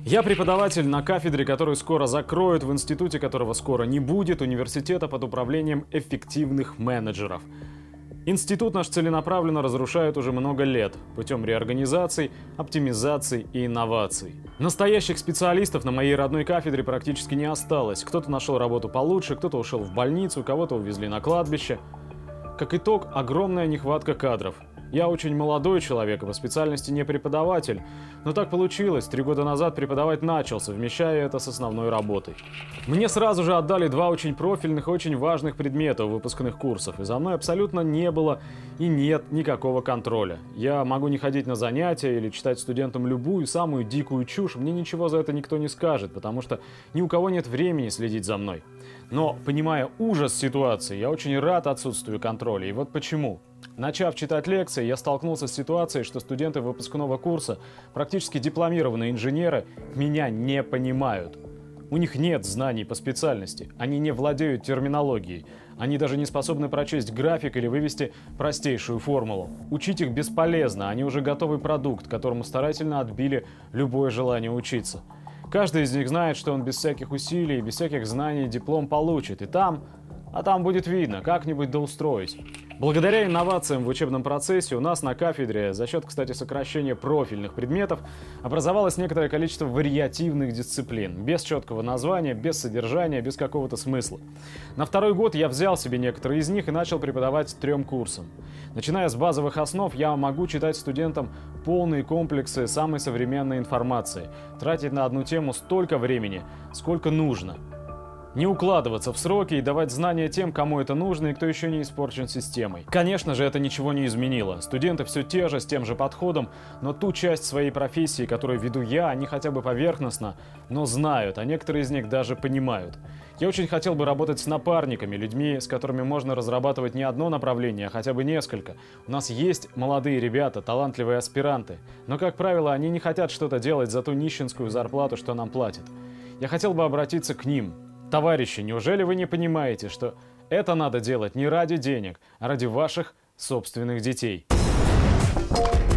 Я преподаватель на кафедре, которую скоро закроют, в институте которого скоро не будет, университета под управлением эффективных менеджеров. Институт наш целенаправленно разрушают уже много лет путем реорганизаций, оптимизаций и инноваций. Настоящих специалистов на моей родной кафедре практически не осталось. Кто-то нашел работу получше, кто-то ушел в больницу, кого-то увезли на кладбище. Как итог, огромная нехватка кадров. Я очень молодой человек, по специальности не преподаватель, но так получилось, 3 года назад преподавать начал, совмещая это с основной работой. Мне сразу же отдали 2 очень профильных и очень важных предмета у выпускных курсов, и за мной абсолютно не было и нет никакого контроля. Я могу не ходить на занятия или читать студентам любую самую дикую чушь, мне ничего за это никто не скажет, потому что ни у кого нет времени следить за мной. Но, понимая ужас ситуации, я очень рад отсутствию контроля, и вот почему. Начав читать лекции, я столкнулся с ситуацией, что студенты выпускного курса, практически дипломированные инженеры, меня не понимают. У них нет знаний по специальности, они не владеют терминологией, они даже не способны прочесть график или вывести простейшую формулу. Учить их бесполезно, они уже готовый продукт, которому старательно отбили любое желание учиться. Каждый из них знает, что он без всяких усилий, без всяких знаний диплом получит, и там будет видно, как-нибудь доустроить. Благодаря инновациям в учебном процессе у нас на кафедре, за счет, кстати, сокращения профильных предметов, образовалось некоторое количество вариативных дисциплин, без четкого названия, без содержания, без какого-то смысла. На 2-й год я взял себе некоторые из них и начал преподавать 3 курсам. Начиная с базовых основ, я могу читать студентам полные комплексы самой современной информации, тратить на одну тему столько времени, сколько нужно. Не укладываться в сроки и давать знания тем, кому это нужно и кто еще не испорчен системой. Конечно же, это ничего не изменило. Студенты все те же, с тем же подходом, но ту часть своей профессии, которую веду я, они хотя бы поверхностно, но знают, а некоторые из них даже понимают. Я очень хотел бы работать с напарниками, людьми, с которыми можно разрабатывать не одно направление, а хотя бы несколько. У нас есть молодые ребята, талантливые аспиранты, но, как правило, они не хотят что-то делать за ту нищенскую зарплату, что нам платят. Я хотел бы обратиться к ним. Товарищи, неужели вы не понимаете, что это надо делать не ради денег, а ради ваших собственных детей?